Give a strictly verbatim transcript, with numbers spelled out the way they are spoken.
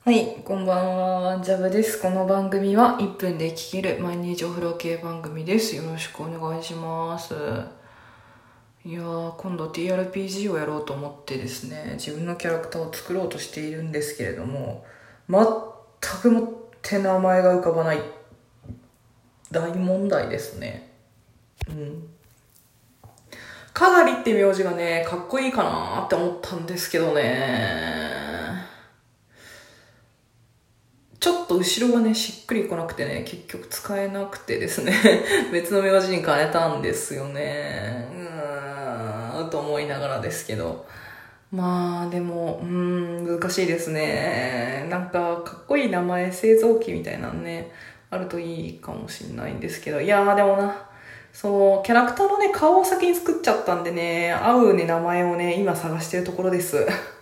はい、こんばんは、ワンジャブです。この番組はいっぷんで聴ける毎日お風呂系番組です。よろしくお願いします。いやー、今度 ティーアールピージー をやろうと思ってですね、自分のキャラクターを作ろうとしているんですけれども、全くもって名前が浮かばない。大問題ですね。うん。かがりって名字がね、かっこいいかなーって思ったんですけどね。ちょっと後ろがね、しっくりこなくてね、結局使えなくてですね、別の名字に変えたんですよね。うーん、と思いながらですけど。まあ、でも、うーん、難しいですね。なんか、かっこいい名前、製造機みたいなのね、あるといいかもしれないんですけど、いやーでもな、そう、キャラクターのね、顔を先に作っちゃったんでね、合うね、名前をね、今探してるところです。